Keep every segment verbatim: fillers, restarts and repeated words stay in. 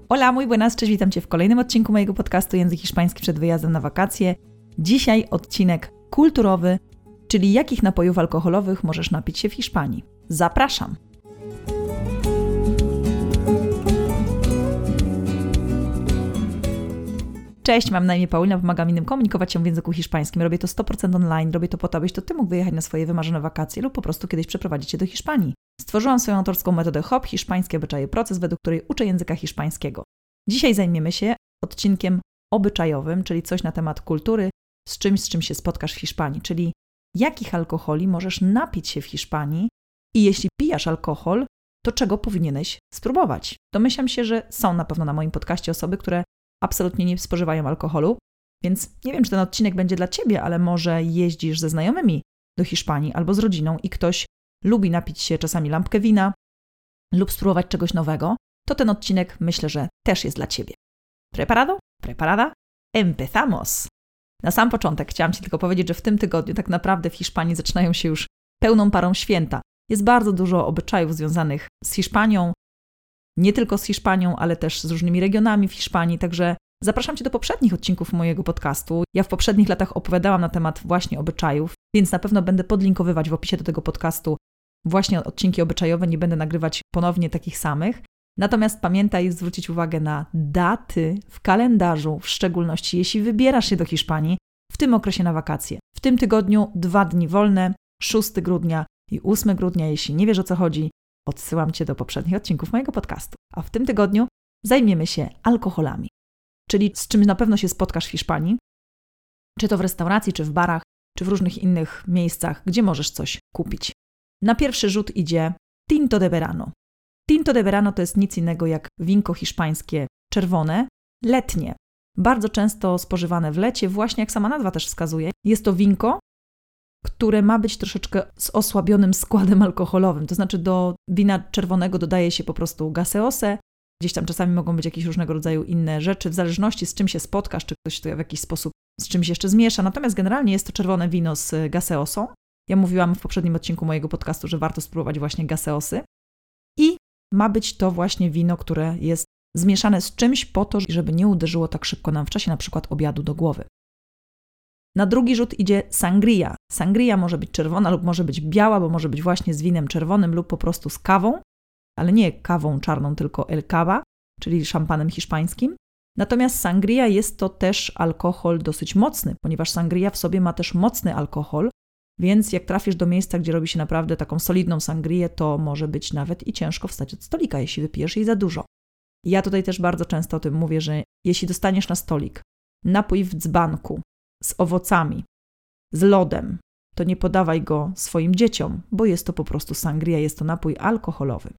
Hola, muy buenas, cześć, witam Cię w kolejnym odcinku mojego podcastu Język Hiszpański przed wyjazdem na wakacje. Dzisiaj odcinek kulturowy, czyli jakich napojów alkoholowych możesz napić się w Hiszpanii. Zapraszam! Cześć, mam na imię Paulina, pomagam innym komunikować się w języku hiszpańskim. Robię to sto procent online, robię to po to, abyś to Ty mógł wyjechać na swoje wymarzone wakacje lub po prostu kiedyś przeprowadzić się do Hiszpanii. Stworzyłam swoją autorską metodę H O P, hiszpańskie obyczaje, proces, według której uczę języka hiszpańskiego. Dzisiaj zajmiemy się odcinkiem obyczajowym, czyli coś na temat kultury, z czymś, z czym się spotkasz w Hiszpanii, czyli jakich alkoholi możesz napić się w Hiszpanii i jeśli pijasz alkohol, to czego powinieneś spróbować. Domyślam się, że są na pewno na moim podcaście osoby, które absolutnie nie spożywają alkoholu, więc nie wiem, czy ten odcinek będzie dla Ciebie, ale może jeździsz ze znajomymi do Hiszpanii albo z rodziną i ktoś lubi napić się czasami lampkę wina lub spróbować czegoś nowego, to ten odcinek myślę, że też jest dla Ciebie. Preparado? Preparada? Empezamos! Na sam początek chciałam Ci tylko powiedzieć, że w tym tygodniu tak naprawdę w Hiszpanii zaczynają się już pełną parą święta. Jest bardzo dużo obyczajów związanych z Hiszpanią, nie tylko z Hiszpanią, ale też z różnymi regionami w Hiszpanii, także zapraszam Cię do poprzednich odcinków mojego podcastu. Ja w poprzednich latach opowiadałam na temat właśnie obyczajów, więc na pewno będę podlinkowywać w opisie do tego podcastu właśnie odcinki obyczajowe, nie będę nagrywać ponownie takich samych. Natomiast pamiętaj zwrócić uwagę na daty w kalendarzu, w szczególności jeśli wybierasz się do Hiszpanii w tym okresie na wakacje. W tym tygodniu dwa dni wolne, szóstego grudnia i ósmego grudnia, jeśli nie wiesz o co chodzi, odsyłam Cię do poprzednich odcinków mojego podcastu. A w tym tygodniu zajmiemy się alkoholami, czyli z czym na pewno się spotkasz w Hiszpanii, czy to w restauracji, czy w barach, czy w różnych innych miejscach, gdzie możesz coś kupić. Na pierwszy rzut idzie Tinto de Verano. Tinto de Verano to jest nic innego jak winko hiszpańskie czerwone, letnie. Bardzo często spożywane w lecie, właśnie jak sama nazwa też wskazuje. Jest to winko, które ma być troszeczkę z osłabionym składem alkoholowym. To znaczy do wina czerwonego dodaje się po prostu gaseosę. Gdzieś tam czasami mogą być jakieś różnego rodzaju inne rzeczy, w zależności z czym się spotkasz, czy ktoś to w jakiś sposób z czymś jeszcze zmiesza. Natomiast generalnie jest to czerwone wino z gaseosą. Ja mówiłam w poprzednim odcinku mojego podcastu, że warto spróbować właśnie gaseosy. I ma być to właśnie wino, które jest zmieszane z czymś po to, żeby nie uderzyło tak szybko nam w czasie na przykład obiadu do głowy. Na drugi rzut idzie sangria. Sangria może być czerwona lub może być biała, bo może być właśnie z winem czerwonym lub po prostu z kawą, ale nie kawą czarną, tylko el cava, czyli szampanem hiszpańskim. Natomiast sangria jest to też alkohol dosyć mocny, ponieważ sangria w sobie ma też mocny alkohol, więc jak trafisz do miejsca, gdzie robi się naprawdę taką solidną sangrię, to może być nawet i ciężko wstać od stolika, jeśli wypijesz jej za dużo. I ja tutaj też bardzo często o tym mówię, że jeśli dostaniesz na stolik napój w dzbanku z owocami, z lodem, to nie podawaj go swoim dzieciom, bo jest to po prostu sangria, jest to napój alkoholowy.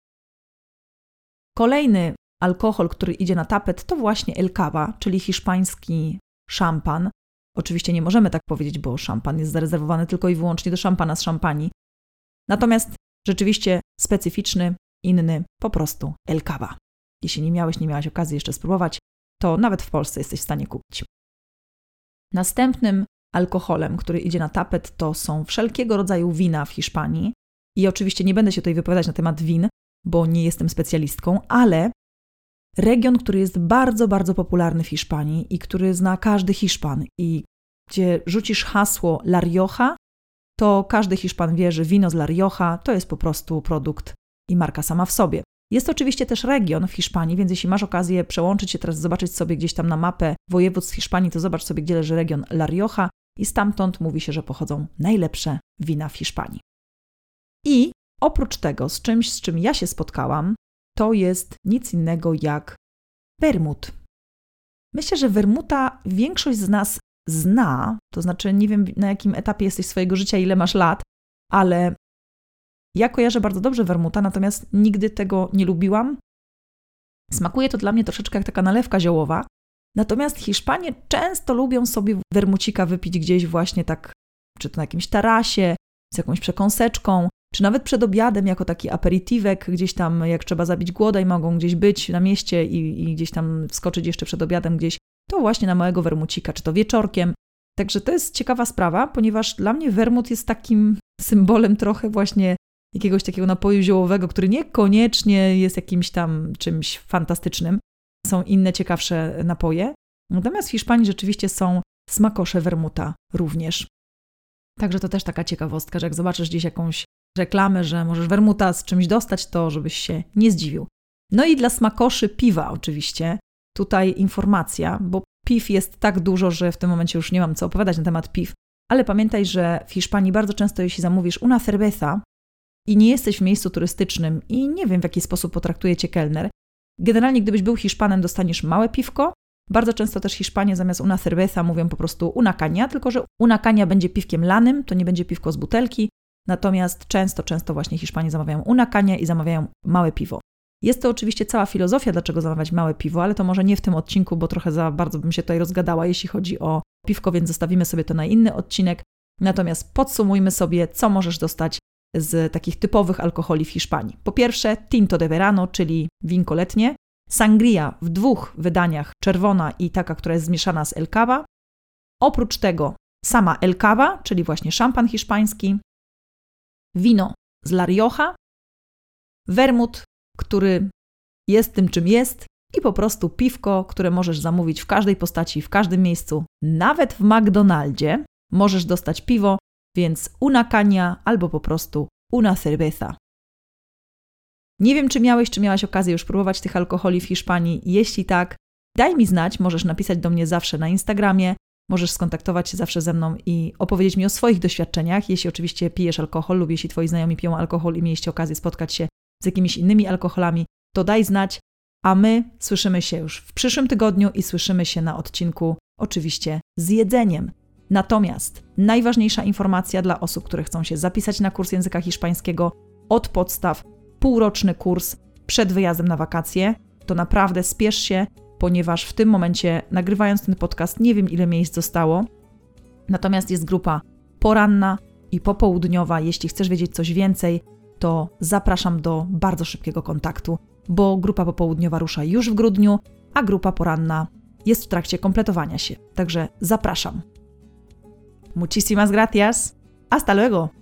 Kolejny alkohol, który idzie na tapet, to właśnie el cava, czyli hiszpański szampan. Oczywiście nie możemy tak powiedzieć, bo szampan jest zarezerwowany tylko i wyłącznie do szampana z szampanii. Natomiast rzeczywiście specyficzny, inny, po prostu el cava. Jeśli nie miałeś, nie miałaś okazji jeszcze spróbować, to nawet w Polsce jesteś w stanie kupić. Następnym alkoholem, który idzie na tapet, to są wszelkiego rodzaju wina w Hiszpanii. I oczywiście nie będę się tutaj wypowiadać na temat win, bo nie jestem specjalistką, ale region, który jest bardzo, bardzo popularny w Hiszpanii i który zna każdy Hiszpan i gdzie rzucisz hasło La Rioja, to każdy Hiszpan wie, że wino z La Rioja to jest po prostu produkt i marka sama w sobie. Jest oczywiście też region w Hiszpanii, więc jeśli masz okazję przełączyć się teraz, zobaczyć sobie gdzieś tam na mapę województw Hiszpanii, to zobacz sobie, gdzie leży region La Rioja i stamtąd mówi się, że pochodzą najlepsze wina w Hiszpanii. I oprócz tego, z czymś, z czym ja się spotkałam, to jest nic innego jak wermut. Myślę, że wermuta większość z nas zna, to znaczy nie wiem na jakim etapie jesteś swojego życia, ile masz lat, ale ja kojarzę bardzo dobrze wermuta, natomiast nigdy tego nie lubiłam. Smakuje to dla mnie troszeczkę jak taka nalewka ziołowa, natomiast Hiszpanie często lubią sobie wermucika wypić gdzieś właśnie tak, czy to na jakimś tarasie, z jakąś przekąseczką, czy nawet przed obiadem jako taki aperitiwek, gdzieś tam jak trzeba zabić głoda i mogą gdzieś być na mieście i, i gdzieś tam wskoczyć jeszcze przed obiadem gdzieś, to właśnie na małego wermucika, czy to wieczorkiem. Także to jest ciekawa sprawa, ponieważ dla mnie wermut jest takim symbolem trochę właśnie jakiegoś takiego napoju ziołowego, który niekoniecznie jest jakimś tam czymś fantastycznym. są inne ciekawsze napoje. Natomiast w Hiszpanii rzeczywiście są smakosze wermuta również. Także to też taka ciekawostka, że jak zobaczysz gdzieś jakąś reklamę, że możesz wermuta z czymś dostać, to żebyś się nie zdziwił. No i dla smakoszy piwa oczywiście. Tutaj informacja, bo piw jest tak dużo, że w tym momencie już nie mam co opowiadać na temat piw, ale pamiętaj, że w Hiszpanii bardzo często jeśli zamówisz una cerveza i nie jesteś w miejscu turystycznym i nie wiem w jaki sposób potraktuje cię kelner, generalnie gdybyś był Hiszpanem dostaniesz małe piwko. Bardzo często też Hiszpanie zamiast una cerveza mówią po prostu una caña, tylko że una caña będzie piwkiem lanym, to nie będzie piwko z butelki, natomiast często, często właśnie Hiszpanie zamawiają una caña i zamawiają małe piwo. Jest to oczywiście cała filozofia, dlaczego zamawiać małe piwo, ale to może nie w tym odcinku, bo trochę za bardzo bym się tutaj rozgadała, jeśli chodzi o piwko, więc zostawimy sobie to na inny odcinek. Natomiast podsumujmy sobie, co możesz dostać z takich typowych alkoholi w Hiszpanii. Po pierwsze, tinto de verano, czyli winko letnie, sangria w dwóch wydaniach, czerwona i taka, która jest zmieszana z el cava. Oprócz tego sama el cava, czyli właśnie szampan hiszpański, wino z La Rioja, wermut, który jest tym, czym jest i po prostu piwko, które możesz zamówić w każdej postaci, w każdym miejscu, nawet w McDonaldzie możesz dostać piwo, więc una caña albo po prostu una cerveza. Nie wiem, czy miałeś, czy miałaś okazję już próbować tych alkoholi w Hiszpanii. Jeśli tak, daj mi znać, możesz napisać do mnie zawsze na Instagramie, możesz skontaktować się zawsze ze mną i opowiedzieć mi o swoich doświadczeniach, jeśli oczywiście pijesz alkohol lub jeśli twoi znajomi piją alkohol i mieliście okazję spotkać się z jakimiś innymi alkoholami, to daj znać, a my słyszymy się już w przyszłym tygodniu i słyszymy się na odcinku oczywiście z jedzeniem. Natomiast najważniejsza informacja dla osób, które chcą się zapisać na kurs języka hiszpańskiego od podstaw, półroczny kurs przed wyjazdem na wakacje, to naprawdę spiesz się, ponieważ w tym momencie, nagrywając ten podcast, nie wiem ile miejsc zostało. Natomiast jest grupa poranna i popołudniowa. Jeśli chcesz wiedzieć coś więcej, to zapraszam do bardzo szybkiego kontaktu, bo grupa popołudniowa rusza już w grudniu, a grupa poranna jest w trakcie kompletowania się. Także zapraszam. Muchísimas gracias. Hasta luego.